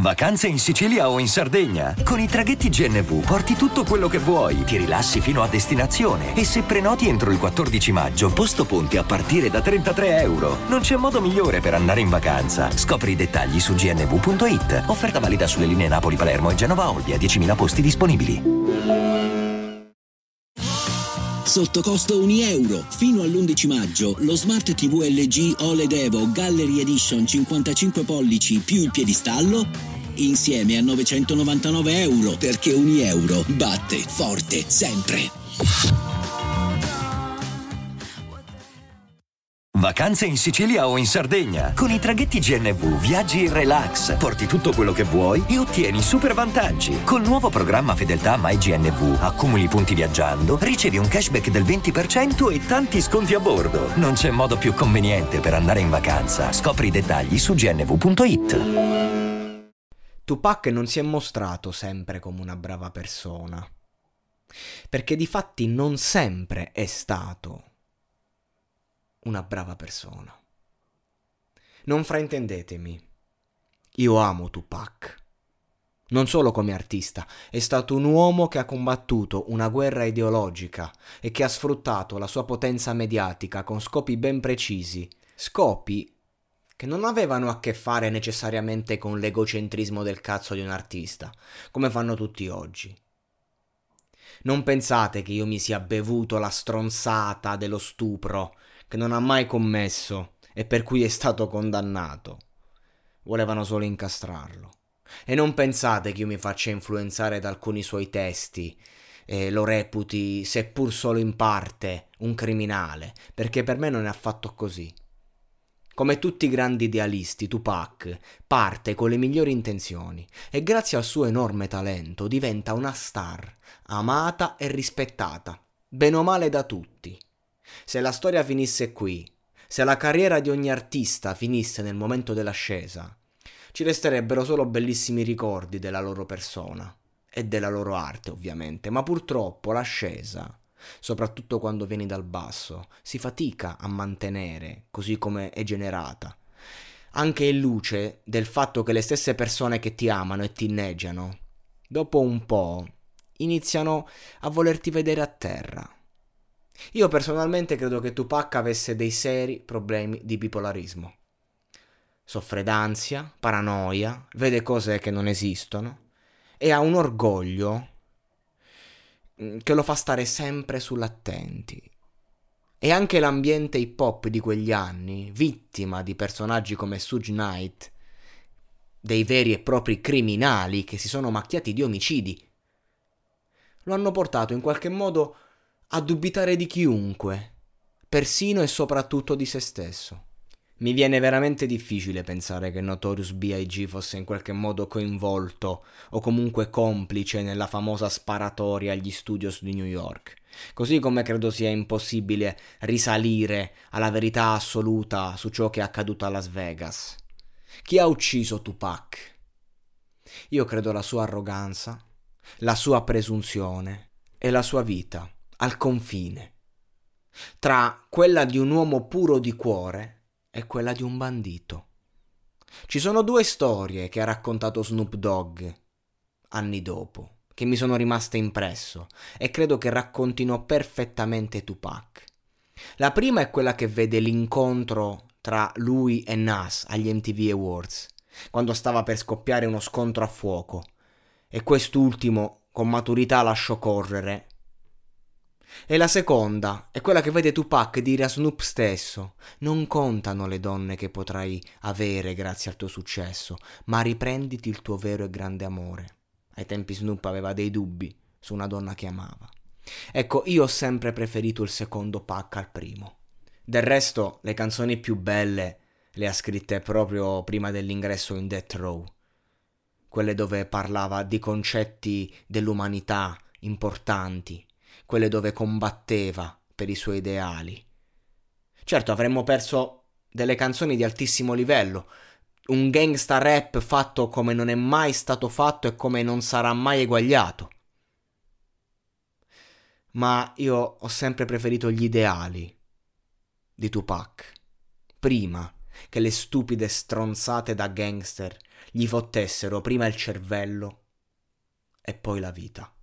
Vacanze in Sicilia o in Sardegna? Con i traghetti GNV porti tutto quello che vuoi, ti rilassi fino a destinazione e se prenoti entro il 14 maggio, posto ponti a partire da €33. Non c'è modo migliore per andare in vacanza. Scopri i dettagli su gnv.it. Offerta valida sulle linee Napoli-Palermo e Genova-Olbia, 10.000 posti disponibili. Sotto costo €1. Fino all'11 maggio lo Smart TV LG OLED Evo Gallery Edition 55 pollici più il piedistallo insieme a €999, perché €1 batte forte sempre. Vacanze in Sicilia o in Sardegna? Con i traghetti GNV viaggi in relax, porti tutto quello che vuoi e ottieni super vantaggi. Col nuovo programma Fedeltà MyGNV accumuli punti viaggiando, ricevi un cashback del 20% e tanti sconti a bordo. Non c'è modo più conveniente per andare in vacanza. Scopri i dettagli su gnv.it. Tupac non si è mostrato sempre come una brava persona, perché difatti non sempre è stato una brava persona. Non fraintendetemi, io amo Tupac. Non solo come artista, è stato un uomo che ha combattuto una guerra ideologica e che ha sfruttato la sua potenza mediatica con scopi ben precisi, scopi che non avevano a che fare necessariamente con l'egocentrismo del cazzo di un artista, come fanno tutti oggi. Non pensate che io mi sia bevuto la stronzata dello stupro che non ha mai commesso e per cui è stato condannato. Volevano solo incastrarlo. E non pensate che io mi faccia influenzare da alcuni suoi testi e lo reputi, seppur solo in parte, un criminale, perché per me non è affatto così. Come tutti i grandi idealisti, Tupac parte con le migliori intenzioni e grazie al suo enorme talento diventa una star, amata e rispettata, bene o male da tutti. Se la storia finisse qui, se la carriera di ogni artista finisse nel momento dell'ascesa, ci resterebbero solo bellissimi ricordi della loro persona e della loro arte, ovviamente, ma purtroppo l'ascesa, soprattutto quando vieni dal basso, si fatica a mantenere così come è generata, anche in luce del fatto che le stesse persone che ti amano e ti inneggiano, dopo un po' iniziano a volerti vedere a terra. Io personalmente credo che Tupac avesse dei seri problemi di bipolarismo. Soffre d'ansia, paranoia, vede cose che non esistono e ha un orgoglio che lo fa stare sempre sull'attenti. E anche l'ambiente hip hop di quegli anni, vittima di personaggi come Suge Knight, dei veri e propri criminali che si sono macchiati di omicidi, lo hanno portato in qualche modo a dubitare di chiunque, persino e soprattutto di se stesso. Mi viene veramente difficile pensare che Notorious B.I.G. fosse in qualche modo coinvolto o comunque complice nella famosa sparatoria agli studios di New York, così come credo sia impossibile risalire alla verità assoluta su ciò che è accaduto a Las Vegas. Chi ha ucciso Tupac? Io credo la sua arroganza, la sua presunzione e la sua vita al confine tra quella di un uomo puro di cuore e quella di un bandito. Ci sono due storie che ha raccontato Snoop Dogg anni dopo, che mi sono rimaste impresso e credo che raccontino perfettamente Tupac. La prima è quella che vede l'incontro tra lui e Nas agli MTV Awards, quando stava per scoppiare uno scontro a fuoco e quest'ultimo con maturità lasciò correre. E la seconda è quella che vede Tupac dire a Snoop stesso: non contano le donne che potrai avere grazie al tuo successo, ma riprenditi il tuo vero e grande amore. Ai tempi Snoop aveva dei dubbi su una donna che amava. Ecco, io ho sempre preferito il secondo Pac al primo. Del resto, le canzoni più belle le ha scritte proprio prima dell'ingresso in Death Row, quelle dove parlava di concetti dell'umanità importanti, quelle dove combatteva per i suoi ideali. Certo, avremmo perso delle canzoni di altissimo livello, un gangsta rap fatto come non è mai stato fatto e come non sarà mai eguagliato. Ma io ho sempre preferito gli ideali di Tupac, prima che le stupide stronzate da gangster gli fottessero prima il cervello e poi la vita.